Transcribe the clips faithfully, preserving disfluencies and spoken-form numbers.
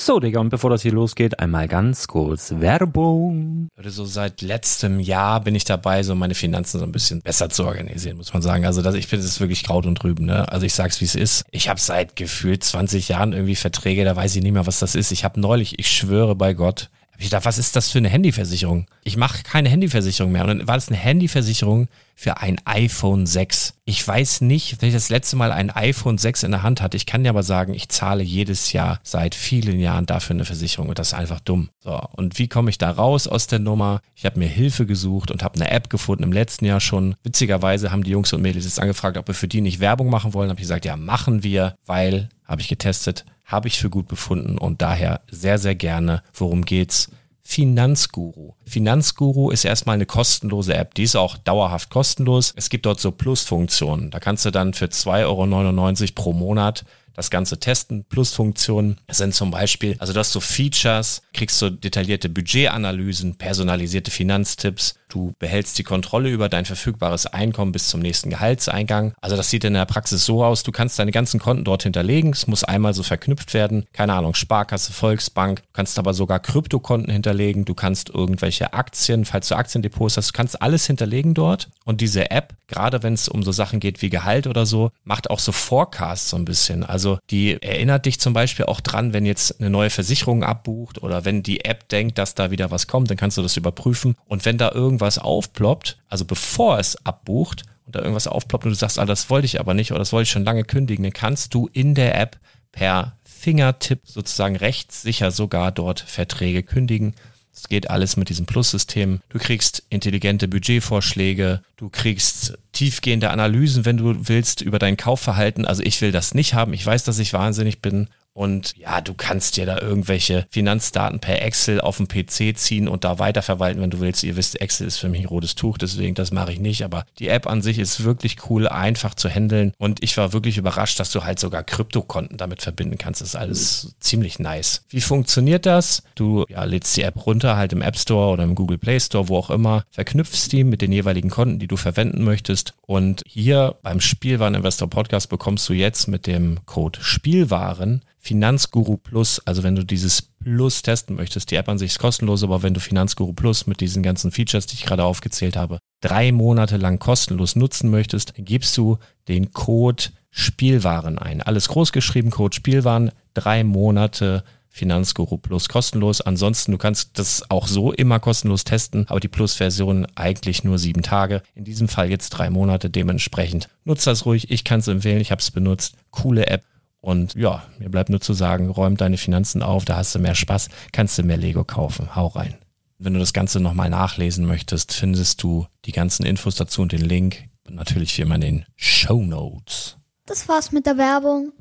So, Digga, und bevor das hier losgeht, einmal ganz kurz Werbung. So seit letztem Jahr bin ich dabei, so meine Finanzen so ein bisschen besser zu organisieren, muss man sagen. Also das, ich finde, das ist wirklich Kraut und Rüben, ne? Also ich sag's, wie es ist. Ich habe seit gefühlt zwanzig Jahren irgendwie Verträge, da weiß ich nicht mehr, was das ist. Ich habe neulich, ich schwöre bei Gott, hab ich gedacht, was ist das für eine Handyversicherung? Ich mache keine Handyversicherung mehr. Und dann war das eine Handyversicherung für ein iPhone sechs. Ich weiß nicht, wenn ich das letzte Mal ein iPhone sechs in der Hand hatte. Ich kann dir aber sagen, ich zahle jedes Jahr seit vielen Jahren dafür eine Versicherung und das ist einfach dumm. So, und wie komme ich da raus aus der Nummer? Ich habe mir Hilfe gesucht und habe eine App gefunden im letzten Jahr schon. Witzigerweise haben die Jungs und Mädels jetzt angefragt, ob wir für die nicht Werbung machen wollen. Habe ich gesagt, ja, machen wir, weil, habe ich getestet, habe ich für gut befunden und daher sehr, sehr gerne. Worum geht's? Finanzguru. Finanzguru ist erstmal eine kostenlose App. Die ist auch dauerhaft kostenlos. Es gibt dort so Plusfunktionen. Da kannst du dann für zwei Euro neunundneunzig pro Monat das Ganze testen. Plusfunktionen sind zum Beispiel, also du hast so Features, kriegst so detaillierte Budgetanalysen, personalisierte Finanztipps. Du behältst die Kontrolle über dein verfügbares Einkommen bis zum nächsten Gehaltseingang. Also das sieht in der Praxis so aus, du kannst deine ganzen Konten dort hinterlegen. Es muss einmal so verknüpft werden. Keine Ahnung, Sparkasse, Volksbank. Du kannst aber sogar Kryptokonten hinterlegen. Du kannst irgendwelche Aktien, falls du Aktiendepots hast, du kannst alles hinterlegen dort. Und diese App, gerade wenn es um so Sachen geht wie Gehalt oder so, macht auch so Forecasts so ein bisschen. Also die erinnert dich zum Beispiel auch dran, wenn jetzt eine neue Versicherung abbucht oder wenn die App denkt, dass da wieder was kommt, dann kannst du das überprüfen. Und wenn da irgendwas was aufploppt, also bevor es abbucht und da irgendwas aufploppt und du sagst, ah, das wollte ich aber nicht oder das wollte ich schon lange kündigen, dann kannst du in der App per Fingertipp sozusagen rechtssicher sogar dort Verträge kündigen. Das geht alles mit diesem Plus-System. Du kriegst intelligente Budgetvorschläge, du kriegst tiefgehende Analysen, wenn du willst, über dein Kaufverhalten. Also ich will das nicht haben. Ich weiß, dass ich wahnsinnig bin. Und ja, du kannst dir da irgendwelche Finanzdaten per Excel auf dem P C ziehen und da weiterverwalten, wenn du willst. Ihr wisst, Excel ist für mich ein rotes Tuch, deswegen das mache ich nicht. Aber die App an sich ist wirklich cool, einfach zu handeln. Und ich war wirklich überrascht, dass du halt sogar Kryptokonten damit verbinden kannst. Das ist alles ziemlich nice. Wie funktioniert das? Du ja, lädst die App runter, halt im App Store oder im Google Play Store, wo auch immer. Verknüpfst die mit den jeweiligen Konten, die du verwenden möchtest. Und hier beim Spielwareninvestor Podcast bekommst du jetzt mit dem Code Spielwaren Finanzguru Plus, also wenn du dieses Plus testen möchtest, die App an sich ist kostenlos, aber wenn du Finanzguru Plus mit diesen ganzen Features, die ich gerade aufgezählt habe, drei Monate lang kostenlos nutzen möchtest, dann gibst du den Code Spielwaren ein. Alles groß geschrieben, Code Spielwaren, drei Monate Finanzguru Plus kostenlos. Ansonsten, du kannst das auch so immer kostenlos testen, aber die Plus-Version eigentlich nur sieben Tage. In diesem Fall jetzt drei Monate, dementsprechend nutzt das ruhig. Ich kann es empfehlen, ich habe es benutzt. Coole App. Und ja, mir bleibt nur zu sagen, räum deine Finanzen auf, da hast du mehr Spaß, kannst du mehr Lego kaufen. Hau rein. Wenn du das Ganze nochmal nachlesen möchtest, findest du die ganzen Infos dazu und den Link. Und natürlich wie immer in den Shownotes. Das war's mit der Werbung.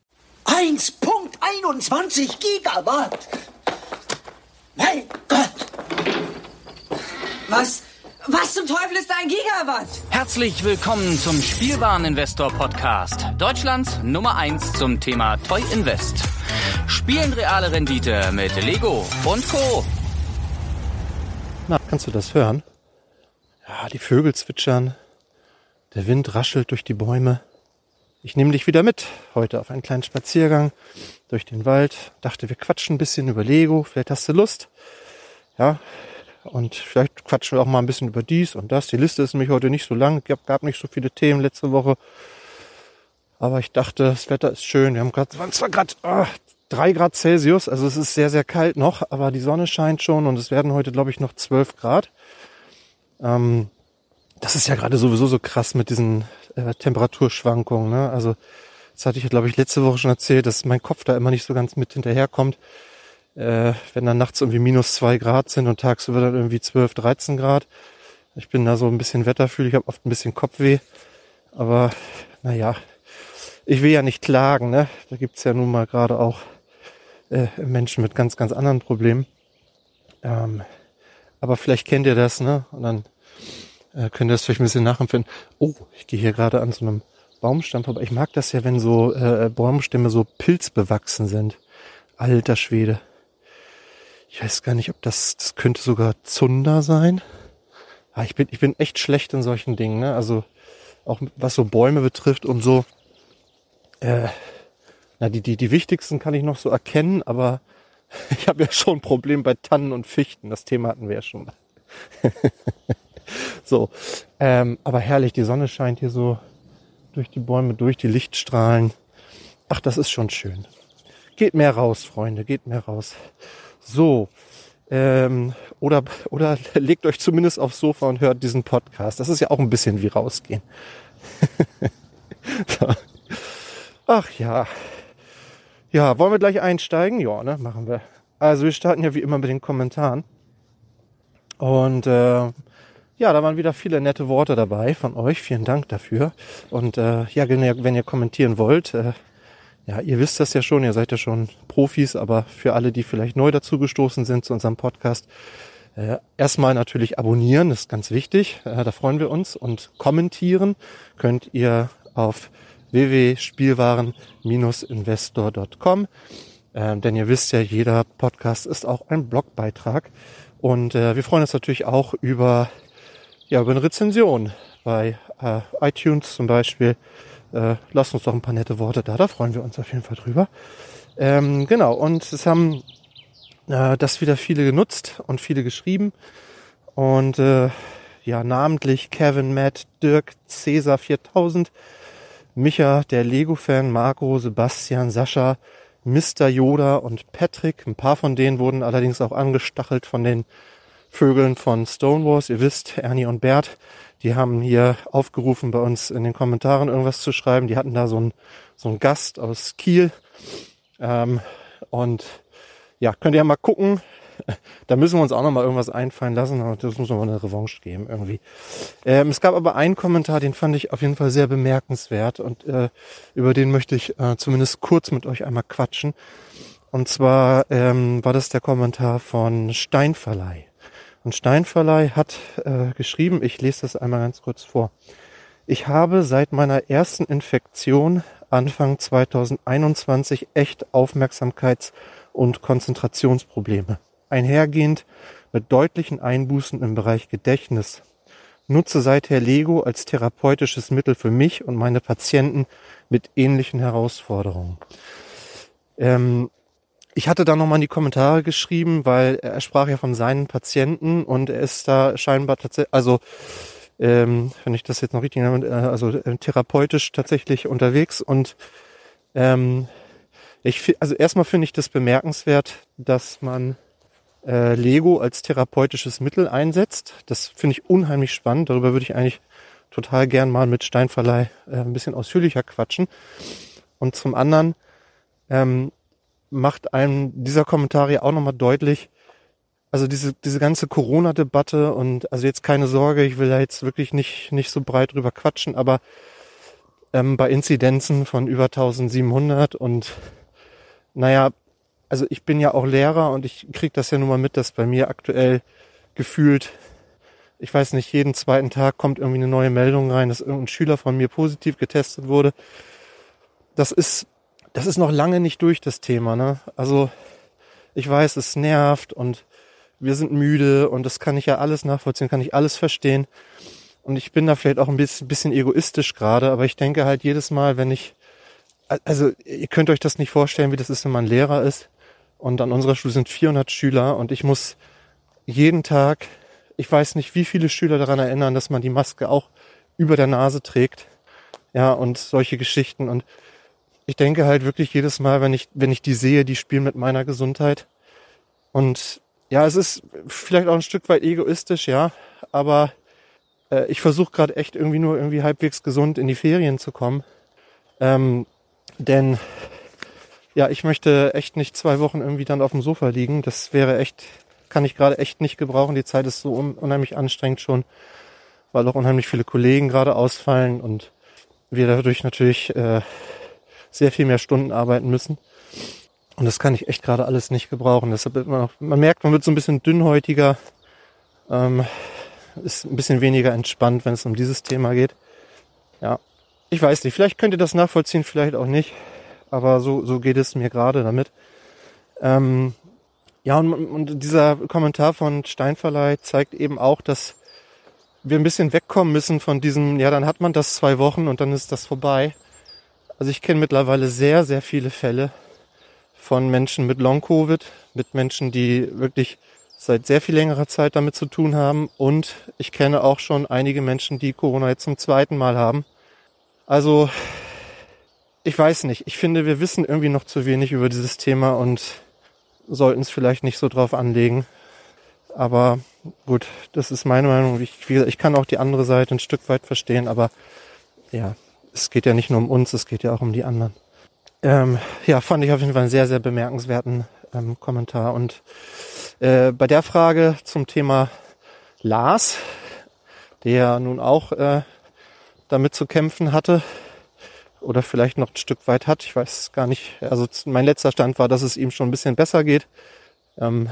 eins Komma einundzwanzig Gigawatt. Mein Gott. Was? Was zum Teufel ist ein Gigawatt? Herzlich willkommen zum Spielwareninvestor Podcast. Deutschlands Nummer eins zum Thema Toy Invest. Spielen reale Rendite mit Lego und Co. Na, kannst du das hören? Ja, die Vögel zwitschern. Der Wind raschelt durch die Bäume. Ich nehme dich wieder mit heute auf einen kleinen Spaziergang durch den Wald. Dachte, wir quatschen ein bisschen über Lego. Vielleicht hast du Lust. Ja. Und vielleicht quatschen wir auch mal ein bisschen über dies und das. Die Liste ist nämlich heute nicht so lang. Es gab nicht so viele Themen letzte Woche. Aber ich dachte, das Wetter ist schön. Wir haben gerade, es waren zwar gerade oh, drei Grad Celsius. Also es ist sehr, sehr kalt noch. Aber die Sonne scheint schon und es werden heute, glaube ich, noch zwölf Grad. Ähm, das ist ja gerade sowieso so krass mit diesen äh, Temperaturschwankungen. Ne? Also das hatte ich, glaube ich, letzte Woche schon erzählt, dass mein Kopf da immer nicht so ganz mit hinterherkommt. Äh, wenn dann nachts irgendwie minus zwei Grad sind und tagsüber dann irgendwie zwölf, dreizehn Grad. Ich bin da so ein bisschen wetterfühlig, ich habe oft ein bisschen Kopfweh. Aber naja, ich will ja nicht klagen, ne? Da gibt's ja nun mal gerade auch äh, Menschen mit ganz, ganz anderen Problemen. Ähm, aber vielleicht kennt ihr das, ne? Und dann äh, könnt ihr das vielleicht ein bisschen nachempfinden. Oh, ich gehe hier gerade an so einem Baumstamm vorbei. Ich mag das ja, wenn so äh, Baumstämme so pilzbewachsen sind. Alter Schwede. Ich weiß gar nicht, ob das, das könnte sogar Zunder sein. Ja, ich bin, ich bin echt schlecht in solchen Dingen, ne? Also auch was so Bäume betrifft und so. Äh, na, die, die, die wichtigsten kann ich noch so erkennen, aber Ich habe ja schon ein Problem bei Tannen und Fichten. Das Thema hatten wir ja schon mal. So, ähm, aber herrlich, die Sonne scheint hier so durch die Bäume, durch die Lichtstrahlen. Ach, das ist schon schön. Geht mehr raus, Freunde, geht mehr raus. So, ähm, oder, oder legt euch zumindest aufs Sofa und hört diesen Podcast. Das ist ja auch ein bisschen wie rausgehen. So. Ach ja. Ja, wollen wir gleich einsteigen? Ja, ne, machen wir. Also wir starten ja wie immer mit den Kommentaren. Und äh, ja, da waren wieder viele nette Worte dabei von euch. Vielen Dank dafür. Und äh, ja, wenn ihr, wenn ihr kommentieren wollt, äh, ja, ihr wisst das ja schon, ihr seid ja schon Profis, aber für alle, die vielleicht neu dazugestoßen sind zu unserem Podcast, äh, erstmal natürlich abonnieren, das ist ganz wichtig, äh, da freuen wir uns. Und kommentieren könnt ihr auf w w w punkt spielwaren Bindestrich investor punkt com, äh, denn ihr wisst ja, jeder Podcast ist auch ein Blogbeitrag. Und äh, wir freuen uns natürlich auch über, ja, über eine Rezension bei äh, iTunes zum Beispiel. Äh, lasst uns doch ein paar nette Worte da, da freuen wir uns auf jeden Fall drüber. Ähm, genau, und es haben äh, das wieder viele genutzt und viele geschrieben. Und äh, ja, namentlich Kevin, Matt, Dirk, Cäsar viertausend, Micha, der Lego-Fan, Marco, Sebastian, Sascha, Mister Yoda und Patrick. Ein paar von denen wurden allerdings auch angestachelt von den Vögeln von Stonewalls. Ihr wisst, Ernie und Bert, die haben hier aufgerufen, bei uns in den Kommentaren irgendwas zu schreiben. Die hatten da so einen, so einen Gast aus Kiel. Ähm, und ja, könnt ihr ja mal gucken. Da müssen wir uns auch noch mal irgendwas einfallen lassen. Das muss noch mal eine Revanche geben irgendwie. Ähm, es gab aber einen Kommentar, den fand ich auf jeden Fall sehr bemerkenswert. Und äh, über den möchte ich äh, zumindest kurz mit euch einmal quatschen. Und zwar ähm, war das der Kommentar von Steinverleih. Und Steinverleih hat äh, geschrieben, ich lese das einmal ganz kurz vor. Ich habe seit meiner ersten Infektion Anfang zweitausendeinundzwanzig echt Aufmerksamkeits- und Konzentrationsprobleme. Einhergehend mit deutlichen Einbußen im Bereich Gedächtnis. Nutze seither Lego als therapeutisches Mittel für mich und meine Patienten mit ähnlichen Herausforderungen. Ähm, ich hatte da nochmal in die Kommentare geschrieben, weil er sprach ja von seinen Patienten und er ist da scheinbar tatsächlich, also ähm, wenn ich das jetzt noch richtig nenne, äh, also äh, therapeutisch tatsächlich unterwegs und ähm, ich, also erstmal finde ich das bemerkenswert, dass man äh, Lego als therapeutisches Mittel einsetzt. Das finde ich unheimlich spannend. Darüber würde ich eigentlich total gern mal mit Steinverleih äh, ein bisschen ausführlicher quatschen. Und zum anderen ähm, macht einem dieser Kommentar ja auch nochmal deutlich, also diese diese ganze Corona-Debatte und also jetzt keine Sorge, ich will da jetzt wirklich nicht nicht so breit drüber quatschen, aber ähm, bei Inzidenzen von über eintausendsiebenhundert und naja, also ich bin ja auch Lehrer und ich kriege das ja nun mal mit, dass bei mir aktuell gefühlt, ich weiß nicht, jeden zweiten Tag kommt irgendwie eine neue Meldung rein, dass irgendein Schüler von mir positiv getestet wurde. Das ist, das ist noch lange nicht durch, das Thema, ne? Also ich weiß, es nervt und wir sind müde und das kann ich ja alles nachvollziehen, kann ich alles verstehen. Und ich bin da vielleicht auch ein bisschen, bisschen egoistisch gerade, aber ich denke halt jedes Mal, wenn ich, also ihr könnt euch das nicht vorstellen, wie das ist, wenn man Lehrer ist. Und an unserer Schule sind vierhundert Schüler und ich muss jeden Tag, ich weiß nicht, wie viele Schüler daran erinnern, dass man die Maske auch über der Nase trägt. Ja, und solche Geschichten. Und ich denke halt wirklich jedes Mal, wenn ich, wenn ich die sehe, die spielen mit meiner Gesundheit. Und ja, es ist vielleicht auch ein Stück weit egoistisch, ja, aber äh, ich versuche gerade echt irgendwie nur irgendwie halbwegs gesund in die Ferien zu kommen. Ähm, denn ja, ich möchte echt nicht zwei Wochen irgendwie dann auf dem Sofa liegen. Das wäre echt, kann ich gerade echt nicht gebrauchen. Die Zeit ist so un- unheimlich anstrengend schon, weil auch unheimlich viele Kollegen gerade ausfallen und wir dadurch natürlich äh, sehr viel mehr Stunden arbeiten müssen. Und das kann ich echt gerade alles nicht gebrauchen. Deshalb wird man, auch, man merkt, man wird so ein bisschen dünnhäutiger, ähm, ist ein bisschen weniger entspannt, wenn es um dieses Thema geht. Ja, ich weiß nicht, vielleicht könnt ihr das nachvollziehen, vielleicht auch nicht. Aber so, so geht es mir gerade damit. Ähm, ja, und, und dieser Kommentar von Steinverleih zeigt eben auch, dass wir ein bisschen wegkommen müssen von diesem, ja, dann hat man das zwei Wochen und dann ist das vorbei. Also ich kenne mittlerweile sehr, sehr viele Fälle von Menschen mit Long-Covid, mit Menschen, die wirklich seit sehr viel längerer Zeit damit zu tun haben. Und ich kenne auch schon einige Menschen, die Corona jetzt zum zweiten Mal haben. Also, ich weiß nicht. Ich finde, wir wissen irgendwie noch zu wenig über dieses Thema und sollten es vielleicht nicht so drauf anlegen. Aber gut, das ist meine Meinung. Ich, wie gesagt, ich kann auch die andere Seite ein Stück weit verstehen, aber ja, es geht ja nicht nur um uns, es geht ja auch um die anderen. Ähm, ja, fand ich auf jeden Fall einen sehr, sehr bemerkenswerten ähm, Kommentar. Und äh, bei der Frage zum Thema Lars, der nun auch äh, damit zu kämpfen hatte oder vielleicht noch ein Stück weit hat, ich weiß gar nicht. Also mein letzter Stand war, dass es ihm schon ein bisschen besser geht. Ähm,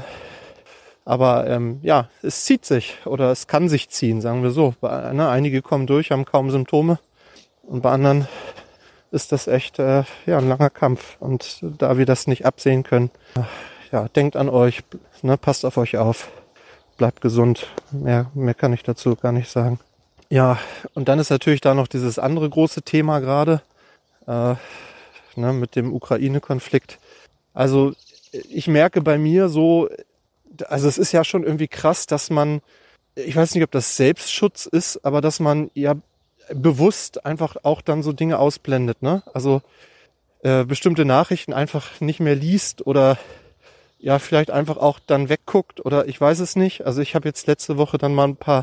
aber ähm, ja, es zieht sich oder es kann sich ziehen, sagen wir so. Bei, ne, einige kommen durch, haben kaum Symptome und bei anderen ist das echt äh, ja, ein langer Kampf. Und da wir das nicht absehen können, ja, denkt an euch, ne, passt auf euch auf, bleibt gesund. Mehr, mehr kann ich dazu gar nicht sagen. Ja, und dann ist natürlich da noch dieses andere große Thema gerade, äh, ne, mit dem Ukraine-Konflikt. Also ich merke bei mir so, also es ist ja schon irgendwie krass, dass man, ich weiß nicht, ob das Selbstschutz ist, aber dass man ja bewusst einfach auch dann so Dinge ausblendet, ne? Also äh, bestimmte Nachrichten einfach nicht mehr liest oder ja vielleicht einfach auch dann wegguckt oder ich weiß es nicht. Also ich habe jetzt letzte Woche dann mal ein paar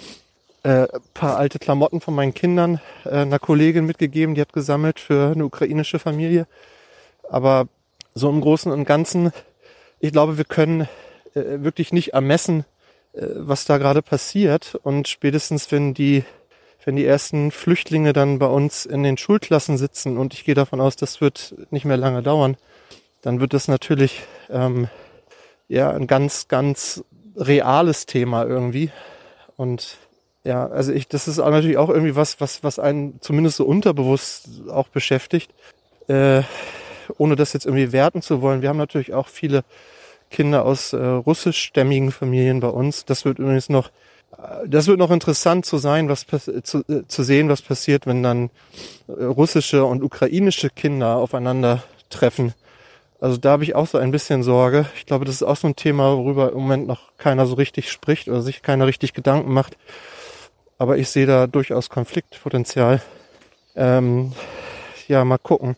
äh, paar alte Klamotten von meinen Kindern äh, einer Kollegin mitgegeben, die hat gesammelt für eine ukrainische Familie. Aber so im Großen und Ganzen, ich glaube, wir können äh, wirklich nicht ermessen, äh, was da gerade passiert. Und spätestens, wenn die wenn die ersten Flüchtlinge dann bei uns in den Schulklassen sitzen, und ich gehe davon aus, das wird nicht mehr lange dauern, dann wird das natürlich ähm, ja ein ganz, ganz reales Thema irgendwie. Und ja, also ich, das ist auch natürlich auch irgendwie was, was, was einen zumindest so unterbewusst auch beschäftigt, äh, ohne das jetzt irgendwie werten zu wollen. Wir haben natürlich auch viele Kinder aus äh, russischstämmigen Familien bei uns. Das wird übrigens noch Das wird noch interessant zu sein, was zu, äh, zu sehen, was passiert, wenn dann äh, russische und ukrainische Kinder aufeinander treffen. Also da habe ich auch so ein bisschen Sorge. Ich glaube, das ist auch so ein Thema, worüber im Moment noch keiner so richtig spricht oder sich keiner richtig Gedanken macht. Aber ich sehe da durchaus Konfliktpotenzial. Ähm, ja, mal gucken.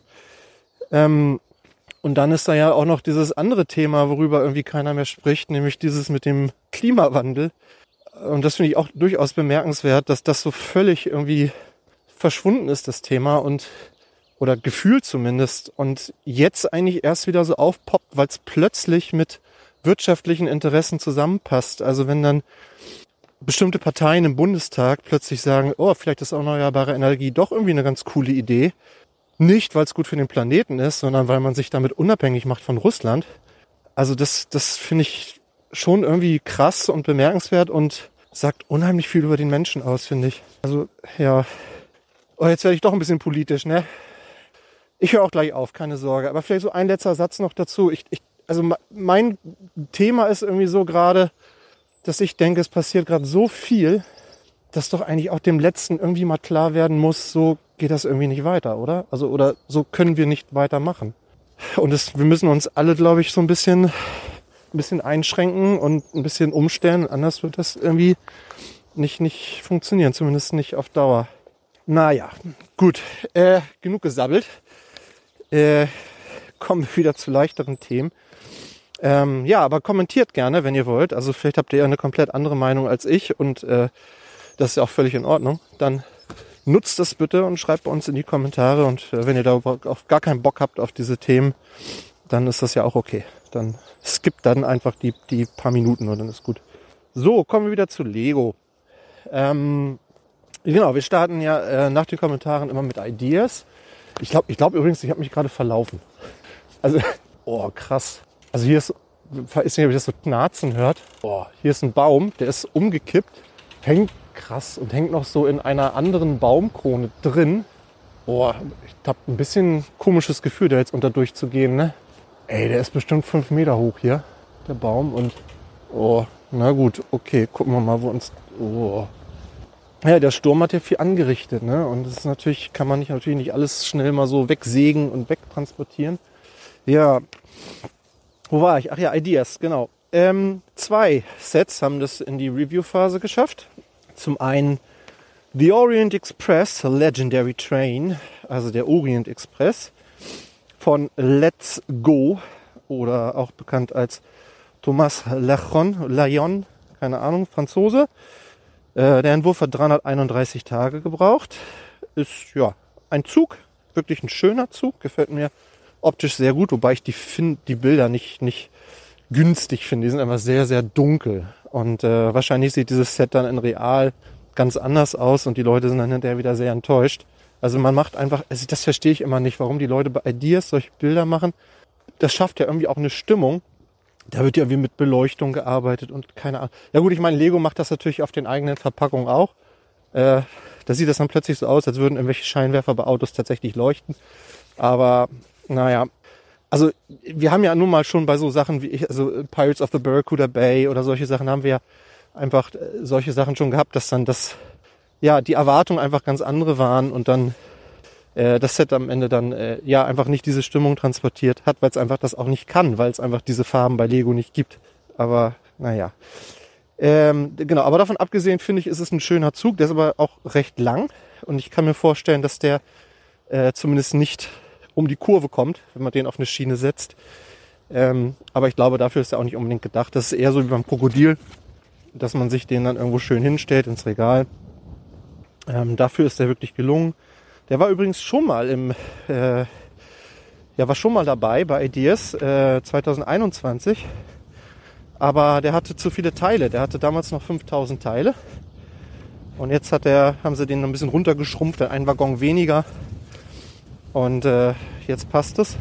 Ähm, und dann ist da ja auch noch dieses andere Thema, worüber irgendwie keiner mehr spricht, nämlich dieses mit dem Klimawandel. Und das finde ich auch durchaus bemerkenswert, dass das so völlig irgendwie verschwunden ist, das Thema, und oder gefühlt zumindest. Und jetzt eigentlich erst wieder so aufpoppt, weil es plötzlich mit wirtschaftlichen Interessen zusammenpasst. Also wenn dann bestimmte Parteien im Bundestag plötzlich sagen, oh, vielleicht ist erneuerbare Energie doch irgendwie eine ganz coole Idee. Nicht, weil es gut für den Planeten ist, sondern weil man sich damit unabhängig macht von Russland. Also das, das finde ich schon irgendwie krass und bemerkenswert und sagt unheimlich viel über den Menschen aus, finde ich. Also, ja. Oh, jetzt werde ich doch ein bisschen politisch, ne? Ich höre auch gleich auf, keine Sorge. Aber vielleicht so ein letzter Satz noch dazu. Ich, ich, also mein Thema ist irgendwie so gerade, dass ich denke, es passiert gerade so viel, dass doch eigentlich auch dem Letzten irgendwie mal klar werden muss, so geht das irgendwie nicht weiter, oder? Also, oder so können wir nicht weitermachen. Und es, wir müssen uns alle, glaube ich, so ein bisschen ein bisschen einschränken und ein bisschen umstellen. Anders wird das irgendwie nicht, nicht funktionieren, zumindest nicht auf Dauer. Naja, gut, äh, genug gesabbelt. Äh, kommen wir wieder zu leichteren Themen. Ähm, ja, aber kommentiert gerne, wenn ihr wollt. Also vielleicht habt ihr ja eine komplett andere Meinung als ich und äh, das ist ja auch völlig in Ordnung. Dann nutzt das bitte und schreibt bei uns in die Kommentare. Und äh, wenn ihr da auf gar keinen Bock habt auf diese Themen, dann ist das ja auch okay. Dann skippt dann einfach die, die paar Minuten und dann ist gut. So, kommen wir wieder zu Lego. Ähm, genau, wir starten ja äh, nach den Kommentaren immer mit Ideas. Ich glaube ich glaube übrigens, ich habe mich gerade verlaufen. Also, oh krass. Also hier ist, ich weiß nicht, ob ihr das so knarzen hört. Oh, hier ist ein Baum, der ist umgekippt. Hängt krass und hängt noch so in einer anderen Baumkrone drin. Oh, ich habe ein bisschen komisches Gefühl, da jetzt unter durchzugehen, ne? Ey, der ist bestimmt fünf Meter hoch hier, der Baum. Und oh, na gut, okay, gucken wir mal, wo uns... Oh. Ja, der Sturm hat ja viel angerichtet, ne? Und das ist natürlich, kann man nicht, natürlich nicht alles schnell mal so wegsägen und wegtransportieren. Ja, Wo war ich? Ach ja, Ideas, genau. Ähm, zwei Sets haben das in die Review-Phase geschafft. Zum einen The Orient Express Legendary Train, also der Orient Express von Let's Go oder auch bekannt als Thomas Lachon, Layon, keine Ahnung, Franzose. Äh, der Entwurf hat dreihunderteinunddreißig Tage gebraucht. Ist ja ein Zug, wirklich ein schöner Zug, gefällt mir optisch sehr gut, wobei ich die, find, die Bilder nicht, nicht günstig finde. Die sind einfach sehr, sehr dunkel. Und äh, wahrscheinlich sieht dieses Set dann in real ganz anders aus und die Leute sind dann hinterher wieder sehr enttäuscht. Also man macht einfach, also das verstehe ich immer nicht, warum die Leute bei Ideas solche Bilder machen. Das schafft ja irgendwie auch eine Stimmung. Da wird ja wie mit Beleuchtung gearbeitet und keine Ahnung. Ja gut, ich meine, Lego macht das natürlich auf den eigenen Verpackungen auch. Äh, da sieht das dann plötzlich so aus, als würden irgendwelche Scheinwerfer bei Autos tatsächlich leuchten. Aber naja, also wir haben ja nun mal schon bei so Sachen wie ich, also Pirates of the Barracuda Bay oder solche Sachen haben wir ja einfach äh, solche Sachen schon gehabt, dass dann das, ja, die Erwartungen einfach ganz andere waren und dann äh, das Set am Ende dann äh, ja einfach nicht diese Stimmung transportiert hat, weil es einfach das auch nicht kann, weil es einfach diese Farben bei Lego nicht gibt. Aber naja. Ähm, genau, aber davon abgesehen finde ich, ist es ein schöner Zug, der ist aber auch recht lang und ich kann mir vorstellen, dass der äh, zumindest nicht um die Kurve kommt, wenn man den auf eine Schiene setzt. Ähm, aber ich glaube, dafür ist er auch nicht unbedingt gedacht. Das ist eher so wie beim Krokodil, dass man sich den dann irgendwo schön hinstellt ins Regal. Ähm, dafür ist der wirklich gelungen. Der war übrigens schon mal im, äh, ja, war schon mal dabei bei Ideas äh, zwanzig einundzwanzig. Aber der hatte zu viele Teile. Der hatte damals noch fünftausend Teile. Und jetzt hat der, haben sie den noch ein bisschen runtergeschrumpft, ein Waggon weniger. Und äh, jetzt passt es.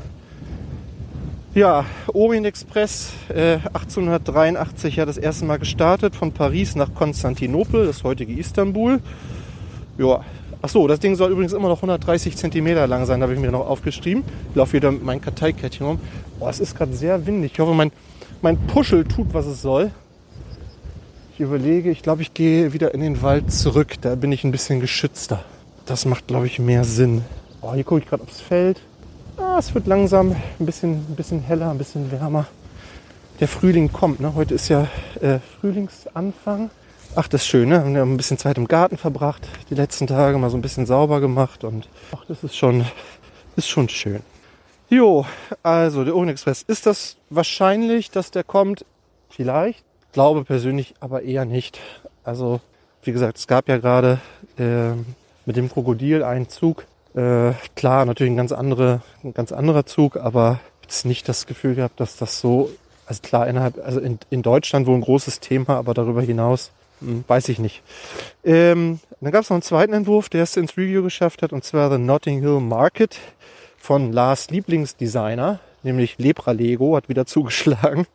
Ja, Orient Express, äh, achtzehnhundertdreiundachtzig ja das erste Mal gestartet, von Paris nach Konstantinopel, das heutige Istanbul. Ja, ach so, das Ding soll übrigens immer noch hundertdreißig Zentimeter lang sein, habe ich mir noch aufgeschrieben. Ich laufe wieder mit meinem Karteikettchen rum. Boah, es ist gerade sehr windig. Ich hoffe, mein, mein Puschel tut, was es soll. Ich überlege, ich glaube, ich gehe wieder in den Wald zurück. Da bin ich ein bisschen geschützter. Das macht, glaube ich, mehr Sinn. Oh, hier gucke ich gerade aufs Feld. Ah, es wird langsam ein bisschen, ein bisschen heller, ein bisschen wärmer. Der Frühling kommt, ne? Heute ist ja äh, Frühlingsanfang. Ach, das ist schön, ne? Wir haben ein bisschen Zeit im Garten verbracht, die letzten Tage mal so ein bisschen sauber gemacht und ach, das ist schon, ist schon schön. Jo, also der Orient Express. Ist das wahrscheinlich, dass der kommt? Vielleicht. Glaube persönlich aber eher nicht. Also, wie gesagt, es gab ja gerade äh, mit dem Krokodil einen Zug. Äh, klar, natürlich ein ganz, andere, ein ganz anderer Zug, aber jetzt nicht das Gefühl gehabt, dass das so, also klar, innerhalb, also in, in Deutschland wohl ein großes Thema, aber darüber hinaus hm, weiß ich nicht. Ähm, dann gab es noch einen zweiten Entwurf, der es ins Review geschafft hat, und zwar The Notting Hill Market von Lars Lieblingsdesigner, nämlich Lepra Lego, hat wieder zugeschlagen.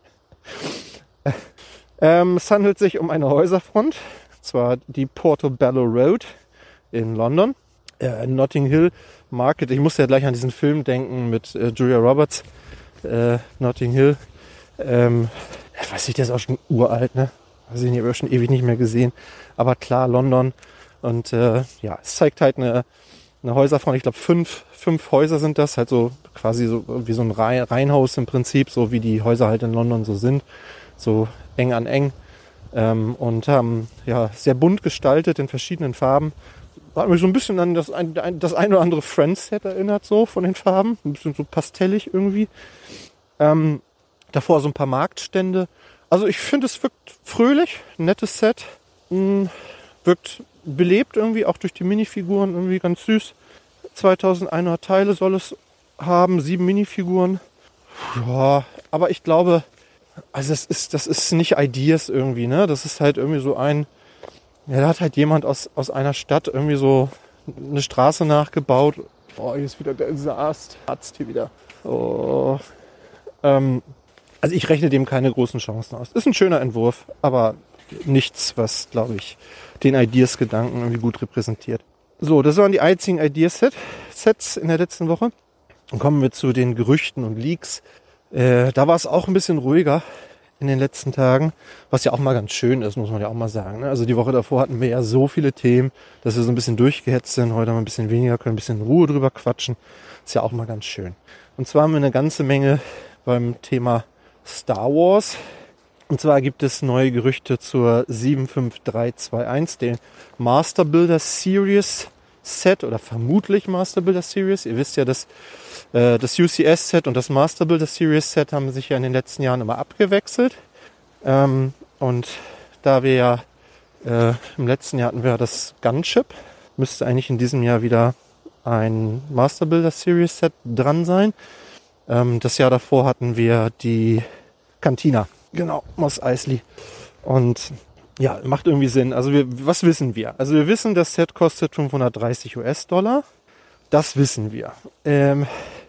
ähm, es handelt sich um eine Häuserfront, und zwar die Portobello Road in London. Äh, Notting Hill Market, ich musste ja gleich an diesen Film denken mit äh, Julia Roberts, äh, Notting Hill. Ähm, ich weiß nicht, der ist auch schon uralt, ne? Weiß ich nicht, habe ich schon ewig nicht mehr gesehen. Aber klar, London. Und äh, ja, es zeigt halt eine, eine Häuserfront. Ich glaube, fünf, fünf Häuser sind das, halt so quasi so wie so ein Reihenhaus im Prinzip, so wie die Häuser halt in London so sind. So eng an eng. Ähm, und haben ja sehr bunt gestaltet in verschiedenen Farben. Hat mich so ein bisschen an das ein, das ein oder andere Friends-Set erinnert, so von den Farben. Ein bisschen so pastellig irgendwie. Ähm, davor so ein paar Marktstände. Also ich finde, es wirkt fröhlich, ein nettes Set. Mh, wirkt belebt irgendwie, auch durch die Minifiguren irgendwie ganz süß. zweitausendeinhundert Teile soll es haben, sieben Minifiguren. Ja, aber ich glaube, also das ist, das ist nicht Ideas irgendwie, ne? Das ist halt irgendwie so ein, ja, da hat halt jemand aus, aus einer Stadt irgendwie so eine Straße nachgebaut. Oh, hier ist wieder der Arzt. Arzt hier wieder. Oh. Ähm, also ich rechne dem keine großen Chancen aus. Ist ein schöner Entwurf, aber nichts, was, glaube ich, den Ideas-Gedanken irgendwie gut repräsentiert. So, das waren die einzigen Ideas-Sets in der letzten Woche. Dann kommen wir zu den Gerüchten und Leaks. Äh, da war es auch ein bisschen ruhiger in den letzten Tagen, was ja auch mal ganz schön ist, muss man ja auch mal sagen. Also die Woche davor hatten wir ja so viele Themen, dass wir so ein bisschen durchgehetzt sind. Heute haben wir ein bisschen weniger, können ein bisschen in Ruhe drüber quatschen. Ist ja auch mal ganz schön. Und zwar haben wir eine ganze Menge beim Thema Star Wars. Und zwar gibt es neue Gerüchte zur sieben fünf drei zwei eins, den Master Builder Series Set oder vermutlich Master Builder Series. Ihr wisst ja, dass äh, das U C S Set und das Master Builder Series Set haben sich ja in den letzten Jahren immer abgewechselt. Ähm, und da wir ja äh, im letzten Jahr hatten wir das Gunship, müsste eigentlich in diesem Jahr wieder ein Master Builder Series Set dran sein. Ähm, das Jahr davor hatten wir die Cantina. Genau, Mos Eisley. Und ja, macht irgendwie Sinn. Also wir, was wissen wir? Also wir wissen, das Set kostet fünfhundertdreißig US-Dollar. Das wissen wir. Ähm,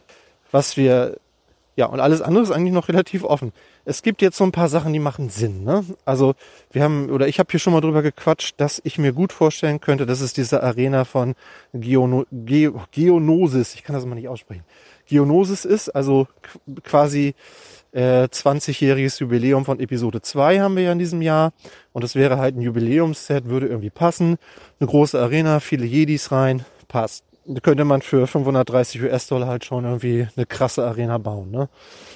was wir, ja, und alles andere ist eigentlich noch relativ offen. Es gibt jetzt so ein paar Sachen, die machen Sinn, ne? Also wir haben, oder ich habe hier schon mal drüber gequatscht, dass ich mir gut vorstellen könnte, dass es diese Arena von Geono, Ge, Geonosis, ich kann das mal nicht aussprechen, Geonosis ist, also quasi Äh, zwanzigjähriges Jubiläum von Episode zwei haben wir ja in diesem Jahr. Und das wäre halt ein Jubiläumsset, würde irgendwie passen. Eine große Arena, viele Jedis rein, passt. Da könnte man für fünfhundertdreißig US-Dollar halt schon irgendwie eine krasse Arena bauen, ne?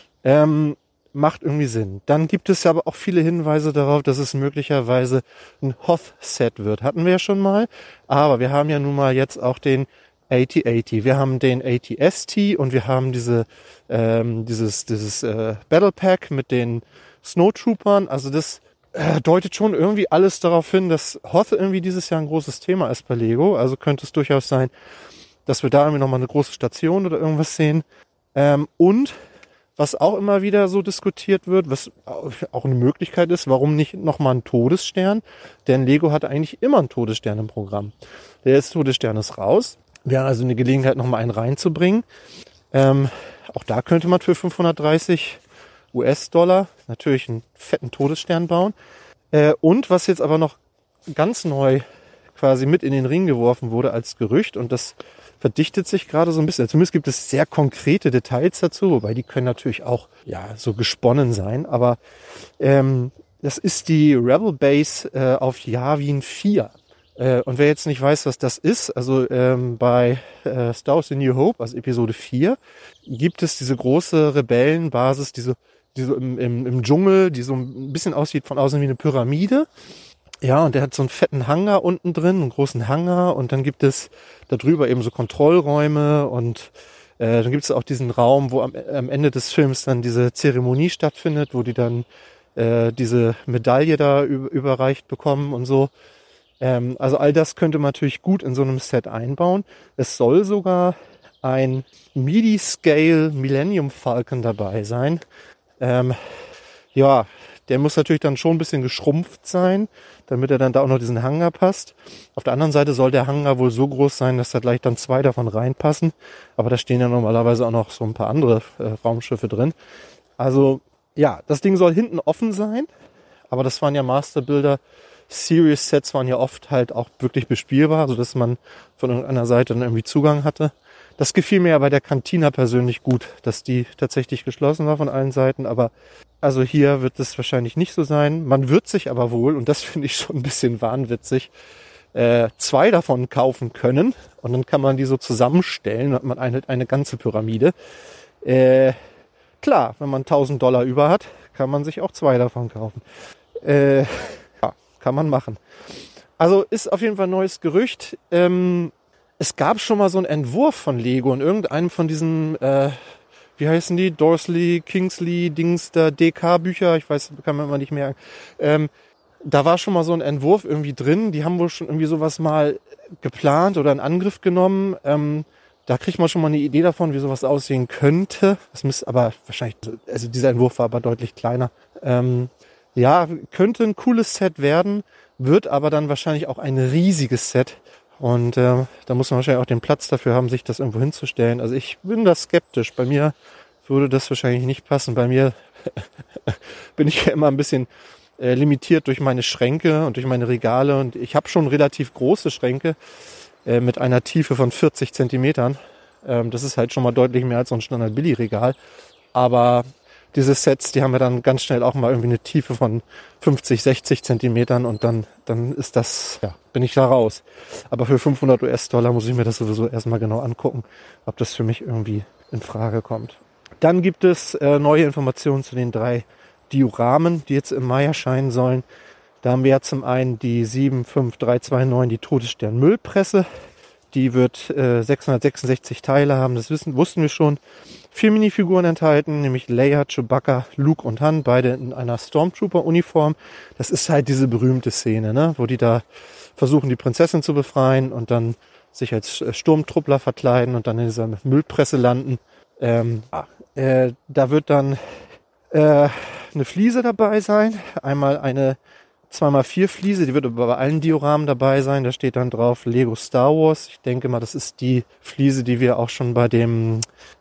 Ähm, macht irgendwie Sinn. Dann gibt es ja aber auch viele Hinweise darauf, dass es möglicherweise ein Hoth-Set wird. Hatten wir ja schon mal. Aber wir haben ja nun mal jetzt auch den achtzig achtzig. Wir haben den A T S T und wir haben diese ähm, dieses dieses äh, Battle Pack mit den Snowtroopern. Also das äh, deutet schon irgendwie alles darauf hin, dass Hoth irgendwie dieses Jahr ein großes Thema ist bei Lego. Also könnte es durchaus sein, dass wir da irgendwie nochmal eine große Station oder irgendwas sehen. Ähm, und was auch immer wieder so diskutiert wird, was auch eine Möglichkeit ist, warum nicht nochmal ein Todesstern? Denn Lego hat eigentlich immer einen Todesstern im Programm. Der ist Todesstern ist raus. Wäre also eine Gelegenheit, nochmal einen reinzubringen. Ähm, auch da könnte man für fünfhundertdreißig US-Dollar natürlich einen fetten Todesstern bauen. Äh, und was jetzt aber noch ganz neu quasi mit in den Ring geworfen wurde als Gerücht, und das verdichtet sich gerade so ein bisschen. Zumindest gibt es sehr konkrete Details dazu, wobei die können natürlich auch ja so gesponnen sein. Aber ähm, das ist die Rebel Base äh, auf Yavin vier. Äh, und wer jetzt nicht weiß, was das ist, also ähm, bei äh, Star Wars: A New Hope, also Episode vier, gibt es diese große Rebellenbasis, diese, diese im, im, im Dschungel, die so ein bisschen aussieht von außen wie eine Pyramide. Ja, und der hat so einen fetten Hangar unten drin, einen großen Hangar, und dann gibt es da drüber eben so Kontrollräume, und äh, dann gibt es auch diesen Raum, wo am, am Ende des Films dann diese Zeremonie stattfindet, wo die dann äh, diese Medaille da über, überreicht bekommen und so. Ähm, also all das könnte man natürlich gut in so einem Set einbauen. Es soll sogar ein Midi-Scale Millennium Falcon dabei sein. Ähm, ja, der muss natürlich dann schon ein bisschen geschrumpft sein, damit er dann da auch noch diesen Hangar passt. Auf der anderen Seite soll der Hangar wohl so groß sein, dass da gleich dann zwei davon reinpassen. Aber da stehen ja normalerweise auch noch so ein paar andere äh, Raumschiffe drin. Also ja, das Ding soll hinten offen sein. Aber das waren ja Master Builder Series Sets, waren ja oft halt auch wirklich bespielbar, sodass man von irgendeiner Seite dann irgendwie Zugang hatte. Das gefiel mir ja bei der Cantina persönlich gut, dass die tatsächlich geschlossen war von allen Seiten. Aber also hier wird es wahrscheinlich nicht so sein. Man wird sich aber wohl, und das finde ich schon ein bisschen wahnwitzig, äh, zwei davon kaufen können. Und dann kann man die so zusammenstellen und hat man eine, eine ganze Pyramide. Äh, klar, wenn man tausend Dollar über hat, kann man sich auch zwei davon kaufen. Äh, ja, kann man machen. Also ist auf jeden Fall ein neues Gerücht. Ähm, es gab schon mal so einen Entwurf von Lego in irgendeinem von diesen, äh, wie heißen die? Dorsley, Kingsley, Dings, da D K-Bücher, ich weiß, kann man immer nicht merken. Ähm, da war schon mal so ein Entwurf irgendwie drin. Die haben wohl schon irgendwie sowas mal geplant oder in Angriff genommen. Ähm, da kriegt man schon mal eine Idee davon, wie sowas aussehen könnte. Das müsste aber wahrscheinlich, also dieser Entwurf war aber deutlich kleiner. Ähm, ja, könnte ein cooles Set werden, wird aber dann wahrscheinlich auch ein riesiges Set. Und äh, da muss man wahrscheinlich auch den Platz dafür haben, sich das irgendwo hinzustellen. Also ich bin da skeptisch. Bei mir würde das wahrscheinlich nicht passen. Bei mir bin ich ja immer ein bisschen äh, limitiert durch meine Schränke und durch meine Regale. Und ich habe schon relativ große Schränke äh, mit einer Tiefe von vierzig Zentimetern. Ähm, das ist halt schon mal deutlich mehr als so ein Standard-Billy-Regal. Aber diese Sets, die haben ja dann ganz schnell auch mal irgendwie eine Tiefe von fünfzig, sechzig Zentimetern, und dann, dann ist das, ja, bin ich da raus. Aber für fünfhundert US-Dollar muss ich mir das sowieso erstmal genau angucken, ob das für mich irgendwie in Frage kommt. Dann gibt es äh, neue Informationen zu den drei Dioramen, die jetzt im Mai erscheinen sollen. Da haben wir ja zum einen die sieben fünf drei zwei neun, die Todesstern-Müllpresse. Die wird äh, sechshundertsechsundsechzig Teile haben, das wissen, wussten wir schon. Vier Minifiguren enthalten, nämlich Leia, Chewbacca, Luke und Han, beide in einer Stormtrooper-Uniform. Das ist halt diese berühmte Szene, ne, wo die da versuchen, die Prinzessin zu befreien und dann sich als Sturmtruppler verkleiden und dann in dieser Müllpresse landen. Ähm, äh, da wird dann äh, eine Fliese dabei sein, einmal eine zwei mal vier Fliese, die wird aber bei allen Dioramen dabei sein. Da steht dann drauf Lego Star Wars. Ich denke mal, das ist die Fliese, die wir auch schon bei dem,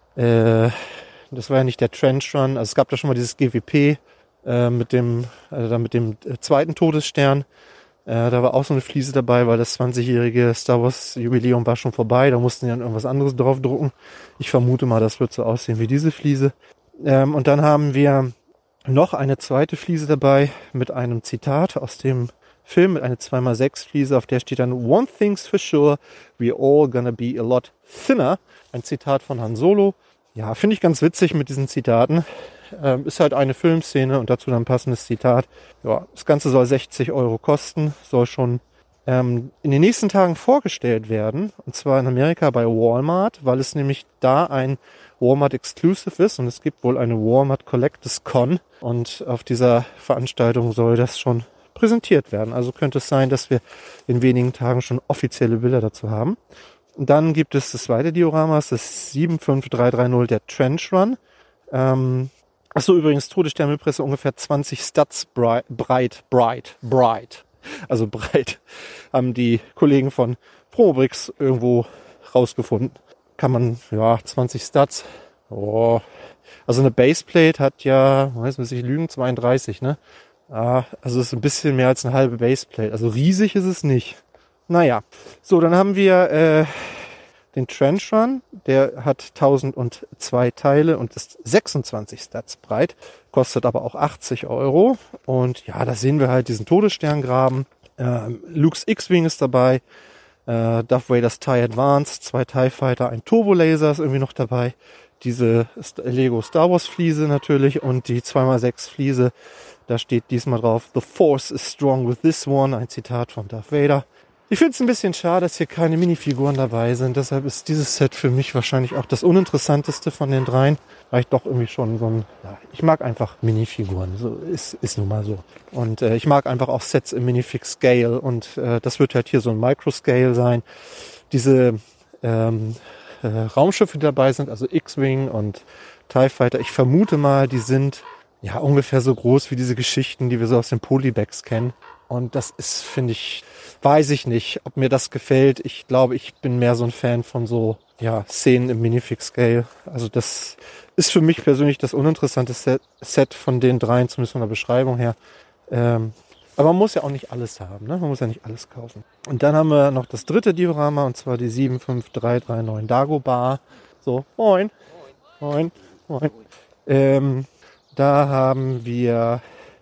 äh, das war ja nicht der Trench Run, also es gab da schon mal dieses G W P äh, mit dem, also mit dem zweiten Todesstern. Äh, da war auch so eine Fliese dabei, weil das zwanzigjährige Star Wars Jubiläum war schon vorbei. Da mussten die dann irgendwas anderes drauf drucken. Ich vermute mal, das wird so aussehen wie diese Fliese. Ähm, und dann haben wir noch eine zweite Fliese dabei mit einem Zitat aus dem Film, mit einer zwei mal sechs Fliese, auf der steht dann One thing's for sure, we're all gonna be a lot thinner. Ein Zitat von Han Solo. Ja, finde ich ganz witzig mit diesen Zitaten. Ähm, ist halt eine Filmszene und dazu dann ein passendes Zitat. Ja, das Ganze soll sechzig Euro kosten, soll schon ähm, in den nächsten Tagen vorgestellt werden. Und zwar in Amerika bei Walmart, weil es nämlich da ein Walmart Exclusive ist und es gibt wohl eine Walmart Collectors Con und auf dieser Veranstaltung soll das schon präsentiert werden. Also könnte es sein, dass wir in wenigen Tagen schon offizielle Bilder dazu haben. Und dann gibt es das zweite Diorama, das ist sieben fünf drei drei null, der Trench Run. Ähm, Achso, übrigens, Todesstern-Müllpresse ungefähr zwanzig Stats breit, breit, breit, breit, also breit, haben die Kollegen von Promobrix irgendwo rausgefunden. Kann man, ja, zwanzig Stats. Oh. Also eine Baseplate hat ja, weiß muss ich lügen, zweiunddreißig, ne? Ah, also es ist ein bisschen mehr als eine halbe Baseplate. Also riesig ist es nicht. Naja. So, dann haben wir äh, den Trench Run. Der hat tausendzwei Teile und ist sechsundzwanzig Stats breit. Kostet aber auch achtzig Euro. Und ja, da sehen wir halt diesen Todessterngraben. Ähm, Luke's X-Wing ist dabei. Uh, Darth Vader's TIE Advanced, zwei TIE Fighter, ein Turbolaser ist irgendwie noch dabei, diese Lego Star Wars Fliese natürlich und die zwei mal sechs Fliese, da steht diesmal drauf, The Force is strong with this one, ein Zitat von Darth Vader. Ich finde es ein bisschen schade, dass hier keine Minifiguren dabei sind, deshalb ist dieses Set für mich wahrscheinlich auch das uninteressanteste von den dreien, weil ich doch irgendwie schon so ein, ja, ich mag einfach Minifiguren, so ist, ist nun mal so. Und äh, ich mag einfach auch Sets im Minifix Scale und äh, das wird halt hier so ein Micro-Scale sein. Diese ähm, äh, Raumschiffe, die dabei sind, also X-Wing und TIE Fighter, ich vermute mal, die sind ja ungefähr so groß wie diese Geschichten, die wir so aus den Polybags kennen. Und das ist, finde ich, weiß ich nicht, ob mir das gefällt. Ich glaube, ich bin mehr so ein Fan von so ja Szenen im Minifix-Scale. Also das ist für mich persönlich das uninteressanteste Set von den dreien, zumindest von der Beschreibung her. Ähm, aber man muss ja auch nicht alles haben, ne? Man muss ja nicht alles kaufen. Und dann haben wir noch das dritte Diorama, und zwar die sieben fünf drei drei neun Dagobah. So, moin, moin, moin. Ähm, da haben wir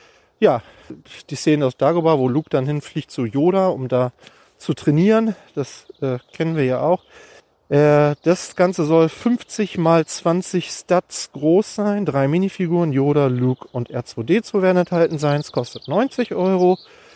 ja die Szene aus Dagobah, wo Luke dann hinfliegt zu Yoda, um da zu trainieren. Das äh, kennen wir ja auch. Äh, das Ganze soll fünfzig mal zwanzig Stats groß sein. Drei Minifiguren, Yoda, Luke und R zwei D zwei werden enthalten sein. Es kostet neunzig Euro.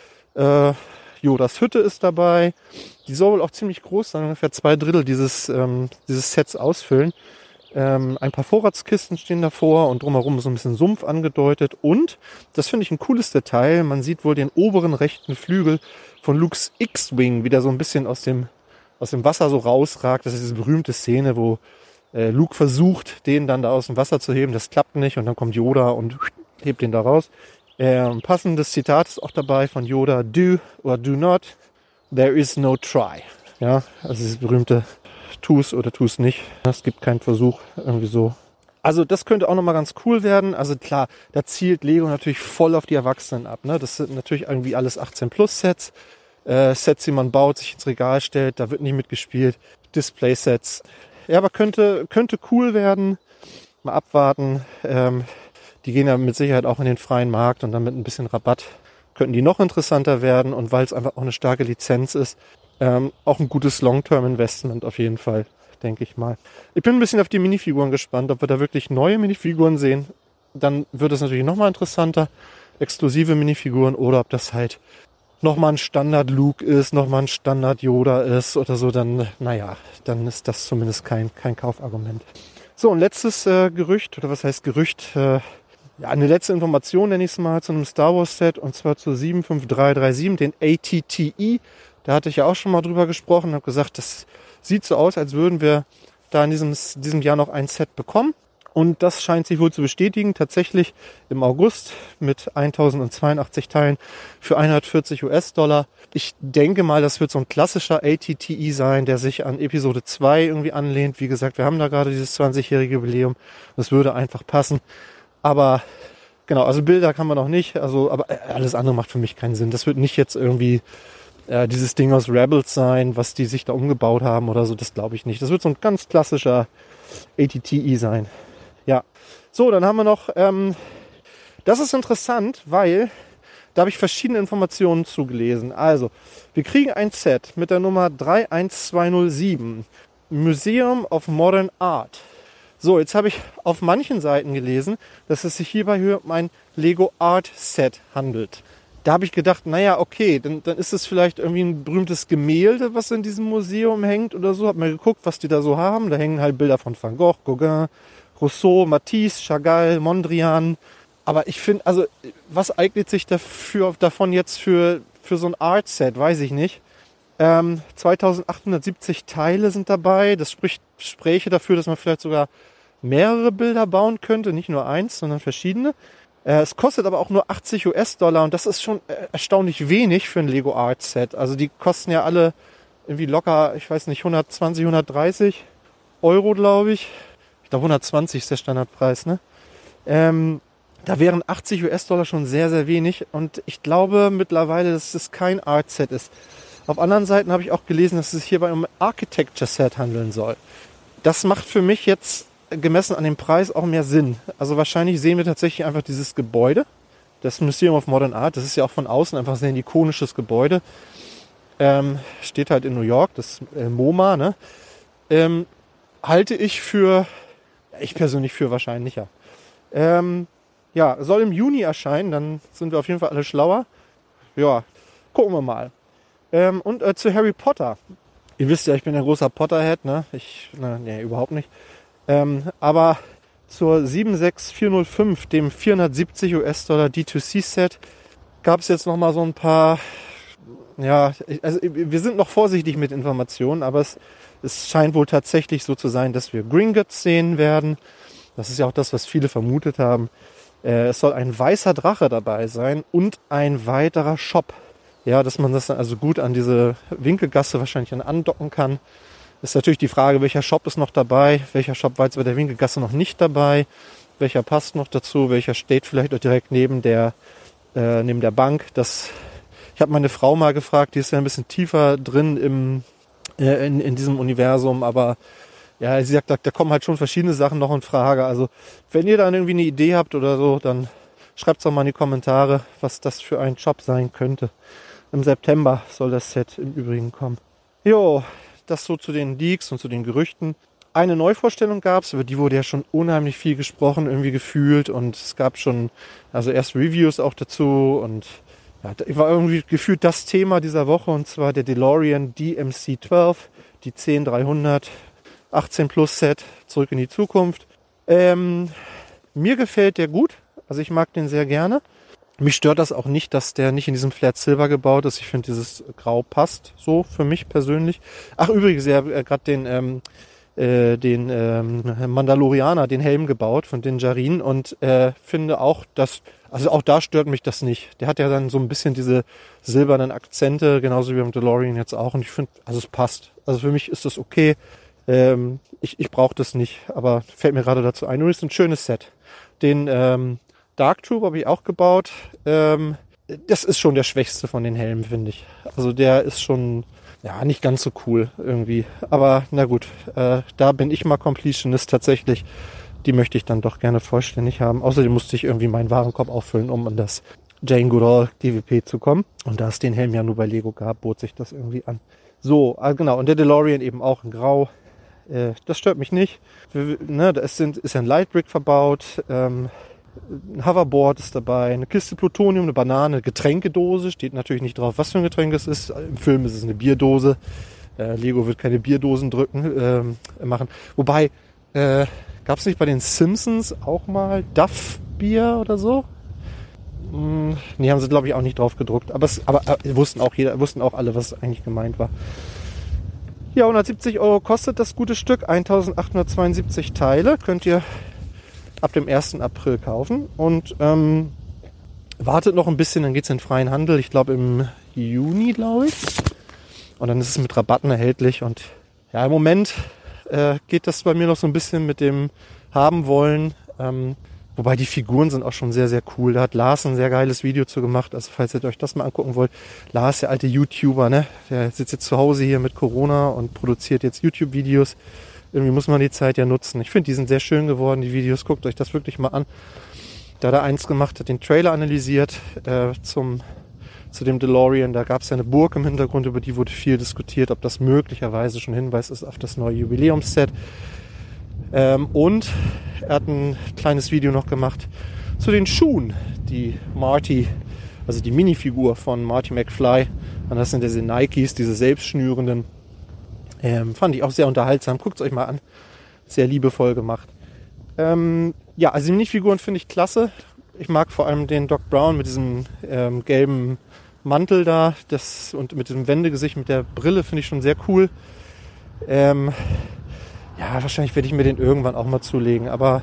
Äh, Yodas Hütte ist dabei. Die soll wohl auch ziemlich groß sein, ungefähr zwei Drittel dieses, ähm, dieses Sets ausfüllen. Ähm, ein paar Vorratskisten stehen davor und drumherum ist so ein bisschen Sumpf angedeutet. Und, das finde ich ein cooles Detail, man sieht wohl den oberen rechten Flügel von Luke's X-Wing, wie der so ein bisschen aus dem, aus dem Wasser so rausragt. Das ist diese berühmte Szene, wo äh, Luke versucht, den dann da aus dem Wasser zu heben. Das klappt nicht und dann kommt Yoda und hebt den da raus. Ähm, passendes Zitat ist auch dabei von Yoda: Do or do not, there is no try. Ja, also dieses berühmte tu's oder tu's nicht. Es gibt keinen Versuch, irgendwie so. Also das könnte auch nochmal ganz cool werden. Also klar, da zielt Lego natürlich voll auf die Erwachsenen ab. Ne? Das sind natürlich irgendwie alles achtzehn plus Sets. Äh, Sets, die man baut, sich ins Regal stellt, da wird nicht mitgespielt. Display-Sets. Ja, aber könnte, könnte cool werden. Mal abwarten. Ähm, die gehen ja mit Sicherheit auch in den freien Markt und dann mit ein bisschen Rabatt könnten die noch interessanter werden. Und weil es einfach auch eine starke Lizenz ist, Ähm, auch ein gutes Long-Term-Investment auf jeden Fall. denke ich mal. Ich bin ein bisschen auf die Minifiguren gespannt, ob wir da wirklich neue Minifiguren sehen. Dann wird es natürlich nochmal interessanter, exklusive Minifiguren, oder ob das halt nochmal ein Standard-Luke ist, nochmal ein Standard-Yoda ist oder so, dann, naja, dann ist das zumindest kein, kein Kaufargument. So, ein letztes äh, Gerücht, oder was heißt Gerücht? Äh, ja, eine letzte Information, nenne ich es mal, zu einem Star Wars Set, und zwar zu sieben fünf drei drei sieben, den A T T E. Da hatte ich ja auch schon mal drüber gesprochen, habe gesagt, das sieht so aus, als würden wir da in diesem, diesem Jahr noch ein Set bekommen. Und das scheint sich wohl zu bestätigen. Tatsächlich im August mit tausendzweiundachtzig Teilen für hundertvierzig US-Dollar. Ich denke mal, das wird so ein klassischer A T T E sein, der sich an Episode zwei irgendwie anlehnt. Wie gesagt, wir haben da gerade dieses zwanzigjährige Jubiläum. Das würde einfach passen. Aber genau, also Bilder kann man noch nicht. Also, aber alles andere macht für mich keinen Sinn. Das wird nicht jetzt irgendwie äh, dieses Ding aus Rebels sein, was die sich da umgebaut haben oder so. Das glaube ich nicht. Das wird so ein ganz klassischer A T T E sein. Ja, so, dann haben wir noch, ähm, das ist interessant, weil da habe ich verschiedene Informationen zugelesen. Also, wir kriegen ein Set mit der Nummer drei eins zwei null sieben, Museum of Modern Art. So, jetzt habe ich auf manchen Seiten gelesen, dass es sich hierbei um ein Lego Art Set handelt. Da habe ich gedacht, naja, okay, dann, dann ist es vielleicht irgendwie ein berühmtes Gemälde, was in diesem Museum hängt oder so. Hab mal geguckt, was die da so haben. Da hängen halt Bilder von Van Gogh, Gauguin, Rousseau, Matisse, Chagall, Mondrian. Aber ich finde, also was eignet sich dafür, davon jetzt für, für so ein Art-Set, weiß ich nicht. Ähm, zweitausendachthundertsiebzig Teile sind dabei. Das spricht, spräche dafür, dass man vielleicht sogar mehrere Bilder bauen könnte. Nicht nur eins, sondern verschiedene. Äh, es kostet aber auch nur achtzig US-Dollar und das ist schon äh, erstaunlich wenig für ein Lego Art-Set. Also die kosten ja alle irgendwie locker, ich weiß nicht, hundertzwanzig, hundertdreißig Euro, glaube ich. Ich glaube hundertzwanzig ist der Standardpreis, ne? Ähm, da wären achtzig US-Dollar schon sehr, sehr wenig. Und ich glaube mittlerweile, dass es kein Art-Set ist. Auf anderen Seiten habe ich auch gelesen, dass es sich hierbei um ein Architecture-Set handeln soll. Das macht für mich jetzt, gemessen an dem Preis, auch mehr Sinn. Also wahrscheinlich sehen wir tatsächlich einfach dieses Gebäude. Das Museum of Modern Art. Das ist ja auch von außen einfach sehr ein ikonisches Gebäude. Ähm, steht halt in New York, das äh, MoMA, ne? Ähm, halte ich für... Ich persönlich für wahrscheinlicher. Ähm, ja, soll im Juni erscheinen, dann sind wir auf jeden Fall alle schlauer. Ja, gucken wir mal. Ähm, und äh, zu Harry Potter. Ihr wisst ja, ich bin ein großer Potterhead, ne? Ich, ne, nee, überhaupt nicht. Ähm, aber zur sieben sechs vier null fünf, dem vierhundertsiebzig US-Dollar D zwei C Set, gab es jetzt nochmal so ein paar, ja, also wir sind noch vorsichtig mit Informationen, aber es Es scheint wohl tatsächlich so zu sein, dass wir Gringotts sehen werden. Das ist ja auch das, was viele vermutet haben. Äh, es soll ein weißer Drache dabei sein und ein weiterer Shop. Ja, dass man das dann also gut an diese Winkelgasse wahrscheinlich dann andocken kann. Ist natürlich die Frage, welcher Shop ist noch dabei? Welcher Shop war jetzt bei der Winkelgasse noch nicht dabei? Welcher passt noch dazu? Welcher steht vielleicht auch direkt neben der, äh, neben der Bank? Das, ich habe meine Frau mal gefragt, die ist ja ein bisschen tiefer drin im In, in diesem Universum, aber ja, sie sagt, da, da kommen halt schon verschiedene Sachen noch in Frage. Also wenn ihr dann irgendwie eine Idee habt oder so, dann schreibt es doch mal in die Kommentare, was das für ein Job sein könnte. Im September soll das Set im Übrigen kommen. Jo, das so zu den Leaks und zu den Gerüchten. Eine Neuvorstellung gab es, über die wurde ja schon unheimlich viel gesprochen, irgendwie gefühlt, und es gab schon, also erst Reviews auch dazu, und ja, war irgendwie gefühlt das Thema dieser Woche, und zwar der DeLorean D M C zwölf, die zehn dreihundert achtzehn Plus Set, zurück in die Zukunft. Ähm, mir gefällt der gut, also ich mag den sehr gerne. Mich stört das auch nicht, dass der nicht in diesem Flat Silver gebaut ist. Ich finde, dieses Grau passt so für mich persönlich. Ach übrigens, er hat äh, gerade den, ähm, äh, den ähm, Mandalorianer, den Helm gebaut von Din Djarin, und äh, finde auch, dass Also auch da stört mich das nicht. Der hat ja dann so ein bisschen diese silbernen Akzente, genauso wie beim DeLorean jetzt auch. Und ich finde, also es passt. Also für mich ist das okay. Ähm, ich ich brauche das nicht, aber fällt mir gerade dazu ein. Und es ist ein schönes Set. Den ähm, Dark Troop habe ich auch gebaut. Ähm, das ist schon der schwächste von den Helmen, finde ich. Also der ist schon, ja, nicht ganz so cool irgendwie. Aber na gut, äh, da bin ich mal Completionist tatsächlich. Die möchte ich dann doch gerne vollständig haben. Außerdem musste ich irgendwie meinen Warenkorb auffüllen, um an das Jane Goodall D W P zu kommen. Und da es den Helm ja nur bei Lego gab, bot sich das irgendwie an. So, also genau. Und der DeLorean eben auch in Grau. äh, das stört mich nicht. Wir, ne, da ist, sind, ist ja ein Lightbrick verbaut, ähm, ein Hoverboard ist dabei, eine Kiste Plutonium, eine Banane, eine Getränkedose, steht natürlich nicht drauf, was für ein Getränk es ist. Im Film ist es eine Bierdose. Äh, Lego wird keine Bierdosen drücken, ähm, machen. Wobei, äh, gab es nicht bei den Simpsons auch mal Duff Bier oder so? Hm, nee, haben sie glaube ich auch nicht drauf gedruckt. Aber, es, aber äh, wussten auch jeder, wussten auch alle, was eigentlich gemeint war. Ja, hundertsiebzig Euro kostet das gute Stück, eintausendachthundertzweiundsiebzig Teile. Könnt ihr ab dem ersten April kaufen und ähm, wartet noch ein bisschen, dann geht's in den freien Handel, ich glaube im Juni, glaube ich. Und dann ist es mit Rabatten erhältlich und ja, im Moment äh, geht das bei mir noch so ein bisschen mit dem haben wollen, ähm, wobei die Figuren sind auch schon sehr, sehr cool. Da hat Lars ein sehr geiles Video zu gemacht, also falls ihr euch das mal angucken wollt. Lars, der alte YouTuber, ne, der sitzt jetzt zu Hause hier mit Corona und produziert jetzt YouTube-Videos. Irgendwie muss man die Zeit ja nutzen. Ich finde, die sind sehr schön geworden, die Videos. Guckt euch das wirklich mal an. Da hat er eins gemacht, hat den Trailer analysiert äh, zum, zu dem DeLorean. Da gab es ja eine Burg im Hintergrund, über die wurde viel diskutiert, ob das möglicherweise schon Hinweis ist auf das neue Jubiläumsset. Ähm, und er hat ein kleines Video noch gemacht zu den Schuhen, die Marty, also die Minifigur von Marty McFly. Und das sind diese Nikes, diese selbstschnürenden. Ähm, fand ich auch sehr unterhaltsam. Guckt es euch mal an. Sehr liebevoll gemacht. Ähm, ja, also die Minifiguren finde ich klasse. Ich mag vor allem den Doc Brown mit diesem ähm, gelben Mantel da das, und mit diesem Wendegesicht, mit der Brille finde ich schon sehr cool. Ähm, ja, wahrscheinlich werde ich mir den irgendwann auch mal zulegen. Aber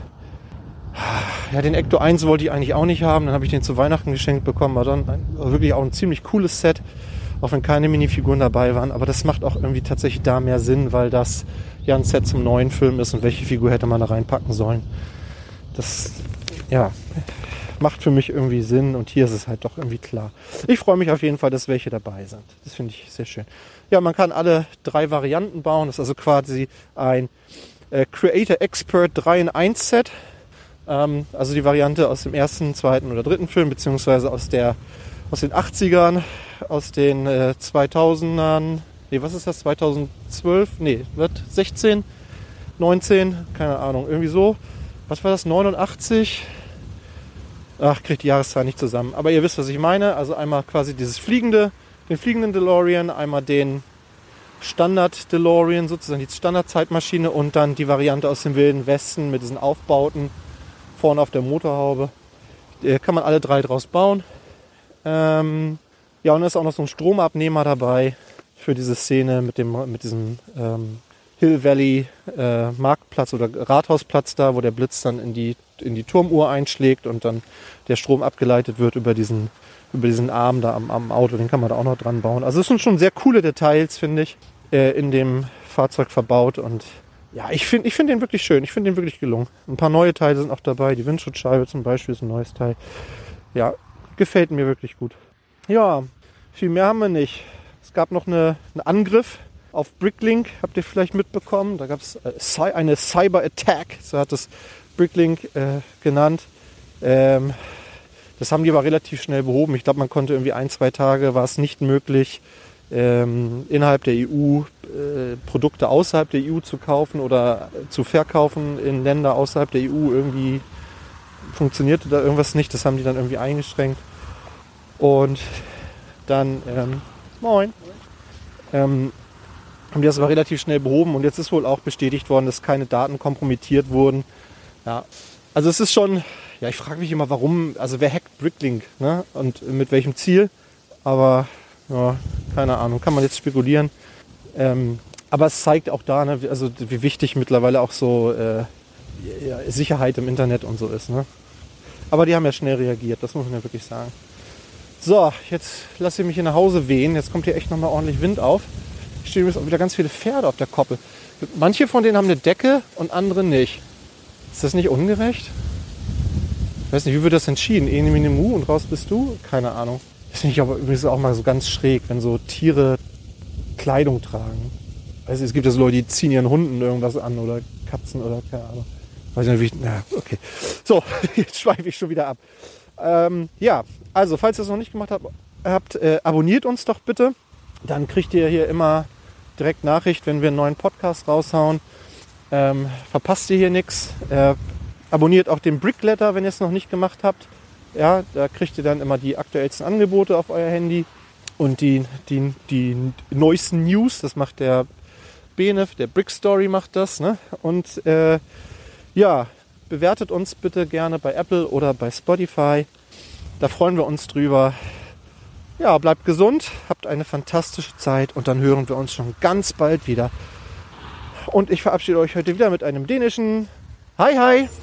ja, den Ecto eins wollte ich eigentlich auch nicht haben. Dann habe ich den zu Weihnachten geschenkt bekommen. War dann ein, wirklich auch ein ziemlich cooles Set. Auch wenn keine Minifiguren dabei waren. Aber das macht auch irgendwie tatsächlich da mehr Sinn, weil das ja ein Set zum neuen Film ist. Und welche Figur hätte man da reinpacken sollen? Das, ja, macht für mich irgendwie Sinn. Und hier ist es halt doch irgendwie klar. Ich freue mich auf jeden Fall, dass welche dabei sind. Das finde ich sehr schön. Ja, man kann alle drei Varianten bauen. Das ist also quasi ein äh, Creator Expert drei in eins Set. Ähm, also die Variante aus dem ersten, zweiten oder dritten Film, beziehungsweise aus der aus den achtzigern, aus den äh, zweitausendern, nee, was ist das, zweitausendzwölf, nee, wird sechzehn, neunzehn, keine Ahnung, irgendwie so. Was war das, neunundachtzig? Ach, kriegt die Jahreszahl nicht zusammen. Aber ihr wisst, was ich meine. Also einmal quasi dieses fliegende, den fliegenden DeLorean, einmal den Standard DeLorean, sozusagen die Standard-Zeitmaschine und dann die Variante aus dem Wilden Westen mit diesen Aufbauten vorne auf der Motorhaube. Da kann man alle drei draus bauen. Ähm, ja, und da ist auch noch so ein Stromabnehmer dabei für diese Szene mit dem mit diesem ähm, Hill Valley äh, Marktplatz oder Rathausplatz da, wo der Blitz dann in die in die Turmuhr einschlägt und dann der Strom abgeleitet wird über diesen über diesen Arm da am, am Auto. Den kann man da auch noch dran bauen. Also es sind schon sehr coole Details, finde ich, äh, in dem Fahrzeug verbaut und ja, ich finde ich finde den wirklich schön. Ich finde den wirklich gelungen. Ein paar neue Teile sind auch dabei. Die Windschutzscheibe zum Beispiel ist ein neues Teil. Ja, gefällt mir wirklich gut. Ja, viel mehr haben wir nicht. Es gab noch eine, einen Angriff auf Bricklink, habt ihr vielleicht mitbekommen. Da gab es eine Cyber-Attack, so hat es Bricklink äh, genannt. Ähm, das haben die aber relativ schnell behoben. Ich glaube, man konnte irgendwie ein, zwei Tage, war es nicht möglich, ähm, innerhalb der E U äh, Produkte außerhalb der E U zu kaufen oder zu verkaufen in Länder außerhalb der E U. Irgendwie funktionierte da irgendwas nicht. Das haben die dann irgendwie eingeschränkt. Und dann, ähm, moin, ähm, haben die das aber relativ schnell behoben. Und jetzt ist wohl auch bestätigt worden, dass keine Daten kompromittiert wurden. Ja, also es ist schon, ja, ich frage mich immer, warum, also wer hackt Bricklink, ne? Und mit welchem Ziel? Aber, ja, keine Ahnung, kann man jetzt spekulieren. Ähm, aber es zeigt auch da, ne, also wie wichtig mittlerweile auch so äh, ja, Sicherheit im Internet und so ist, ne? Aber die haben ja schnell reagiert, das muss man ja wirklich sagen. So, jetzt lasse ich mich hier nach Hause wehen. Jetzt kommt hier echt nochmal ordentlich Wind auf. Ich stehe übrigens auch wieder ganz viele Pferde auf der Koppel. Manche von denen haben eine Decke und andere nicht. Ist das nicht ungerecht? Ich weiß nicht, wie wird das entschieden? Ene, mene, mu und raus bist du? Keine Ahnung. Das finde ich aber übrigens auch mal so ganz schräg, wenn so Tiere Kleidung tragen. Also es gibt ja so Leute, die ziehen ihren Hunden irgendwas an oder Katzen oder keine Ahnung. Weiß nicht, wie ich, na, okay. So, jetzt schweife ich schon wieder ab. Ähm, ja, also falls ihr es noch nicht gemacht habt, habt äh, abonniert uns doch bitte. Dann kriegt ihr hier immer direkt Nachricht, wenn wir einen neuen Podcast raushauen. Ähm, verpasst ihr hier nichts. Äh, abonniert auch den Brickletter, wenn ihr es noch nicht gemacht habt. Ja, da kriegt ihr dann immer die aktuellsten Angebote auf euer Handy und die, die, die neuesten News. Das macht der Benef, der Brick Story macht das. Ne? Und äh, ja, bewertet uns bitte gerne bei Apple oder bei Spotify. Da freuen wir uns drüber. Ja, bleibt gesund, habt eine fantastische Zeit und dann hören wir uns schon ganz bald wieder. Und ich verabschiede euch heute wieder mit einem dänischen Hi Hi.